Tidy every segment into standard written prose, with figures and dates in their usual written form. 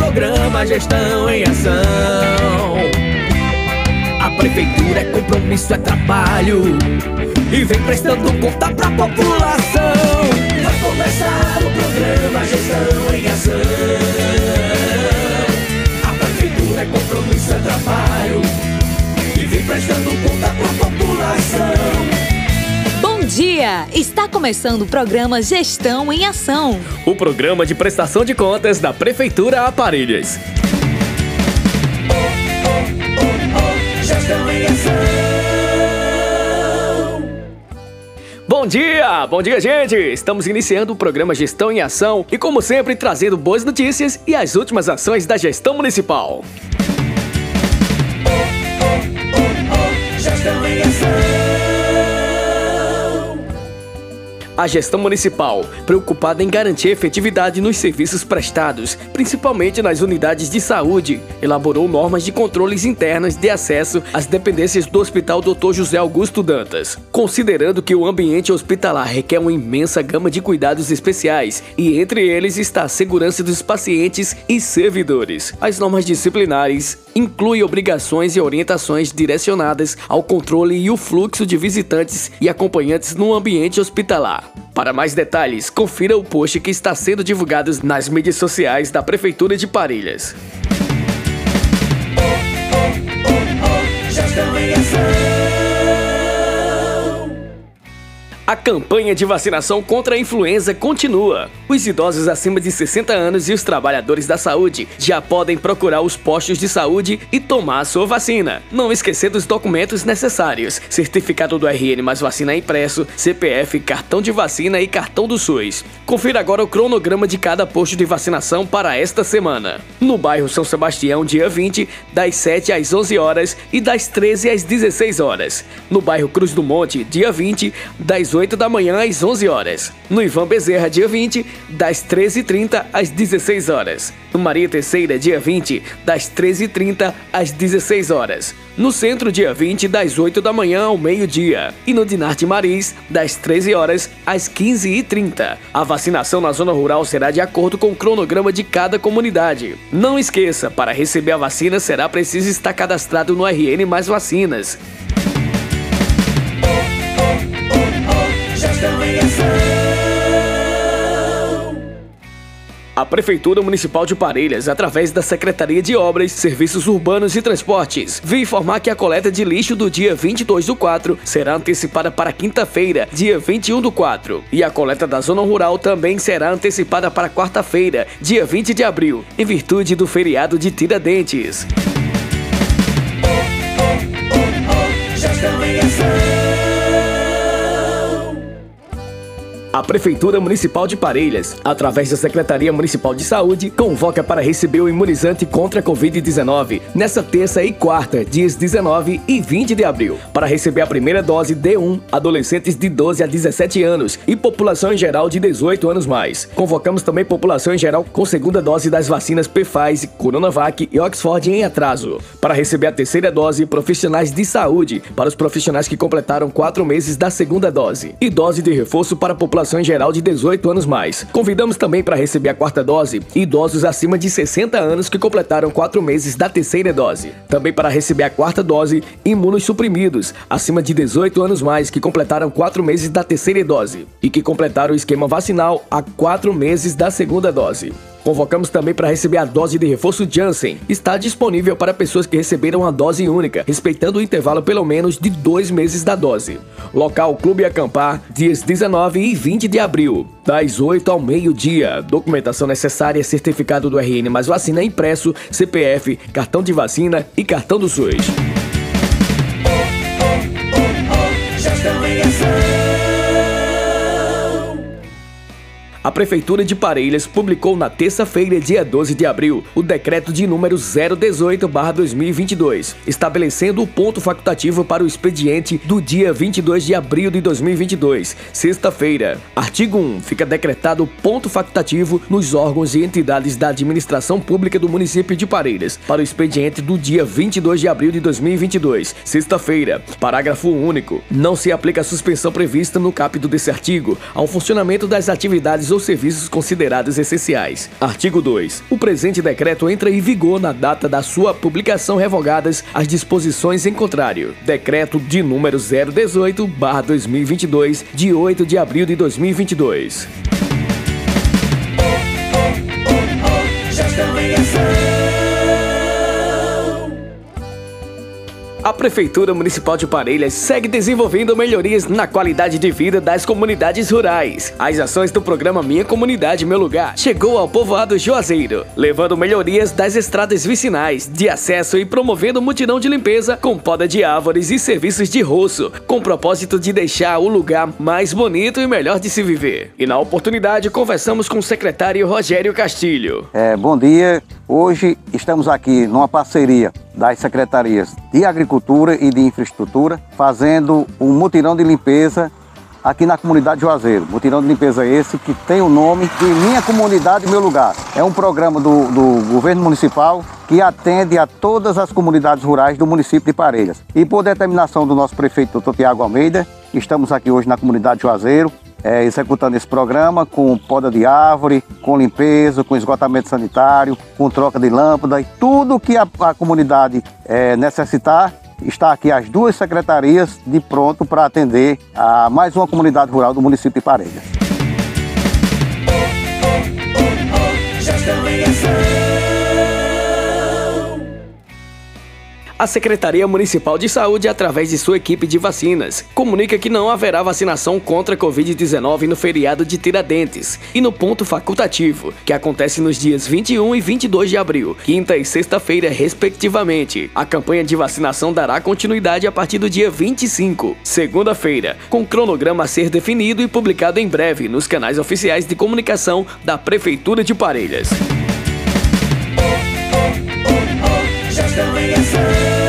programa Gestão em Ação. A prefeitura é compromisso, é trabalho e vem prestando conta pra população. Vai começar o programa Gestão em Ação. A prefeitura é compromisso, é trabalho e vem prestando conta pra população. Bom dia! Está começando o programa Gestão em Ação. O programa de prestação de contas da Prefeitura Aparelhas. Gestão em Ação. Bom dia, gente! Estamos iniciando o programa Gestão em Ação e, como sempre, trazendo boas notícias e as últimas ações da gestão municipal. Gestão em Ação. A gestão municipal, preocupada em garantir efetividade nos serviços prestados, principalmente nas unidades de saúde, elaborou normas de controles internos de acesso às dependências do Hospital Dr. José Augusto Dantas, considerando que o ambiente hospitalar requer uma imensa gama de cuidados especiais e entre eles está a segurança dos pacientes e servidores. As normas disciplinares incluem obrigações e orientações direcionadas ao controle e o fluxo de visitantes e acompanhantes no ambiente hospitalar. Para mais detalhes, confira o post que está sendo divulgado nas mídias sociais da Prefeitura de Parelhas. Gestão em Ação. A campanha de vacinação contra a influenza continua. Os idosos acima de 60 anos e os trabalhadores da saúde já podem procurar os postos de saúde e tomar a sua vacina. Não esquecer dos documentos necessários: certificado do RN mais vacina impresso, CPF, cartão de vacina e cartão do SUS. Confira agora o cronograma de cada posto de vacinação para esta semana. No bairro São Sebastião, dia 20, das 7 às 11 horas e das 13 às 16 horas. No bairro Cruz do Monte, dia 20, das 8 da manhã às 11 horas. No Ivan Bezerra, dia 20, das 13h30 às 16 horas. No Maria Terceira, dia 20, das 13h30 às 16 horas. No Centro, dia 20, das 8 da manhã ao meio-dia. E no Dinarte Maris, das 13 horas às 15h30. A vacinação na zona rural será de acordo com o cronograma de cada comunidade. Não esqueça, para receber a vacina será preciso estar cadastrado no RN mais vacinas. Gestão em Ação. A Prefeitura Municipal de Parelhas, através da Secretaria de Obras, Serviços Urbanos e Transportes, veio informar que a coleta de lixo do dia 22/4 será antecipada para quinta-feira, dia 21/4. E a coleta da zona rural também será antecipada para quarta-feira, dia 20 de abril, em virtude do feriado de Tiradentes. Gestão em Ação. A Prefeitura Municipal de Parelhas, através da Secretaria Municipal de Saúde, convoca para receber o imunizante contra a Covid-19 nesta terça e quarta, dias 19 e 20 de abril. Para receber a primeira dose D1, adolescentes de 12 a 17 anos e população em geral de 18 anos mais. Convocamos também população em geral com segunda dose das vacinas Pfizer, Coronavac e Oxford em atraso. Para receber a terceira dose, profissionais de saúde, para os profissionais que completaram 4 meses da segunda dose. E dose de reforço para a população em geral de 18 anos mais. Convidamos também para receber a quarta dose idosos acima de 60 anos que completaram 4 meses da terceira dose. Também para receber a quarta dose, imunossuprimidos acima de 18 anos mais que completaram 4 meses da terceira dose e que completaram o esquema vacinal há 4 meses da segunda dose. Convocamos também para receber a dose de reforço Janssen. Está disponível para pessoas que receberam a dose única, respeitando o intervalo pelo menos de 2 meses da dose. Local Clube Acampar, dias 19 e 20 de abril, das 8 ao meio-dia. Documentação necessária: certificado do RN mais vacina impresso, CPF, cartão de vacina e cartão do SUS. Gestão em Ação. A Prefeitura de Parelhas publicou na terça-feira, dia 12 de abril, o decreto de número 018/2022, estabelecendo o ponto facultativo para o expediente do dia 22 de abril de 2022, sexta-feira. Artigo 1. Fica decretado ponto facultativo nos órgãos e entidades da administração pública do município de Parelhas para o expediente do dia 22 de abril de 2022, sexta-feira. Parágrafo único. Não se aplica a suspensão prevista no capítulo desse artigo ao funcionamento das atividades ou serviços considerados essenciais. Artigo 2. O presente decreto entra em vigor na data da sua publicação, revogadas as disposições em contrário. Decreto de número 018/2022, de 8 de abril de 2022. Gestão em ação. A Prefeitura Municipal de Parelhas segue desenvolvendo melhorias na qualidade de vida das comunidades rurais. As ações do programa Minha Comunidade, Meu Lugar chegou ao povoado Juazeiro, levando melhorias das estradas vicinais, de acesso e promovendo mutirão de limpeza com poda de árvores e serviços de roço, com o propósito de deixar o lugar mais bonito e melhor de se viver. E na oportunidade conversamos com o secretário Rogério Castilho. Bom dia, hoje estamos aqui numa parceria das secretarias de Agricultura e de Infraestrutura, fazendo um mutirão de limpeza aqui na comunidade Juazeiro. Mutirão de limpeza esse que tem o nome de Minha Comunidade, Meu Lugar. É um programa do governo municipal que atende a todas as comunidades rurais do município de Parelhas. E por determinação do nosso prefeito, Dr. Tiago Almeida, estamos aqui hoje na comunidade Juazeiro, executando esse programa com poda de árvore, com limpeza, com esgotamento sanitário, com troca de lâmpada e tudo que a comunidade necessitar. Está aqui as duas secretarias de pronto para atender a mais uma comunidade rural do município de Parelhas. Gestão em ação. A Secretaria Municipal de Saúde, através de sua equipe de vacinas, comunica que não haverá vacinação contra a Covid-19 no feriado de Tiradentes e no ponto facultativo, que acontece nos dias 21 e 22 de abril, quinta e sexta-feira, respectivamente. A campanha de vacinação dará continuidade a partir do dia 25, segunda-feira, com cronograma a ser definido e publicado em breve nos canais oficiais de comunicação da Prefeitura de Parelhas. Gestão em ação.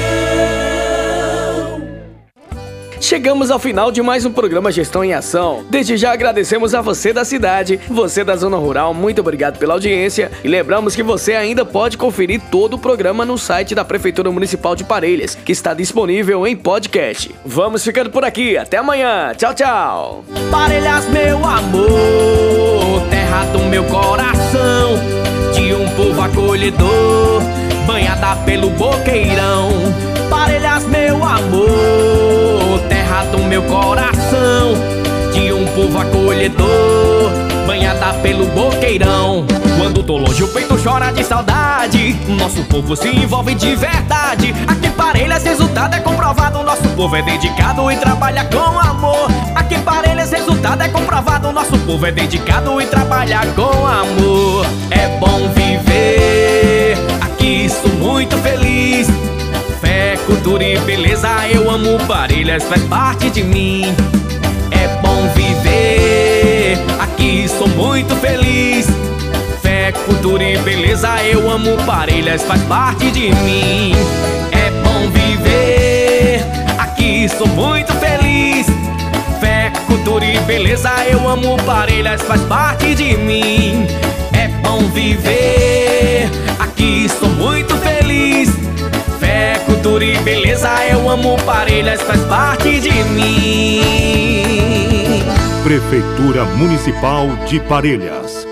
Chegamos ao final de mais um programa Gestão em Ação. Desde já agradecemos a você da cidade, você da zona rural, muito obrigado pela audiência e lembramos que você ainda pode conferir todo o programa no site da Prefeitura Municipal de Parelhas, que está disponível em podcast. Vamos ficando por aqui, até amanhã, tchau, tchau! Parelhas, meu amor, terra do meu coração, de um povo acolhedor, banhada pelo boqueirão. Parelhas, meu amor, terra do meu coração, de um povo acolhedor, banhada pelo boqueirão. Quando tô longe o peito chora de saudade, nosso povo se envolve de verdade. Aqui em Parelhas resultado é comprovado, nosso povo é dedicado e trabalha com amor. Aqui em Parelhas resultado é comprovado, nosso povo é dedicado e trabalha com amor. É bom viver, aqui sou muito feliz. Fé, cultura e beleza, eu amo Parelhas, faz parte de mim. É bom viver, aqui sou muito feliz. Fé, cultura e beleza, eu amo Parelhas, faz parte de mim. É bom viver, aqui sou muito feliz. Fé, cultura e beleza, eu amo Parelhas, faz parte de mim. É bom viver, aqui sou muito feliz. Fé, cultura e beleza, eu amo Parelhas, faz parte de mim. Prefeitura Municipal de Parelhas.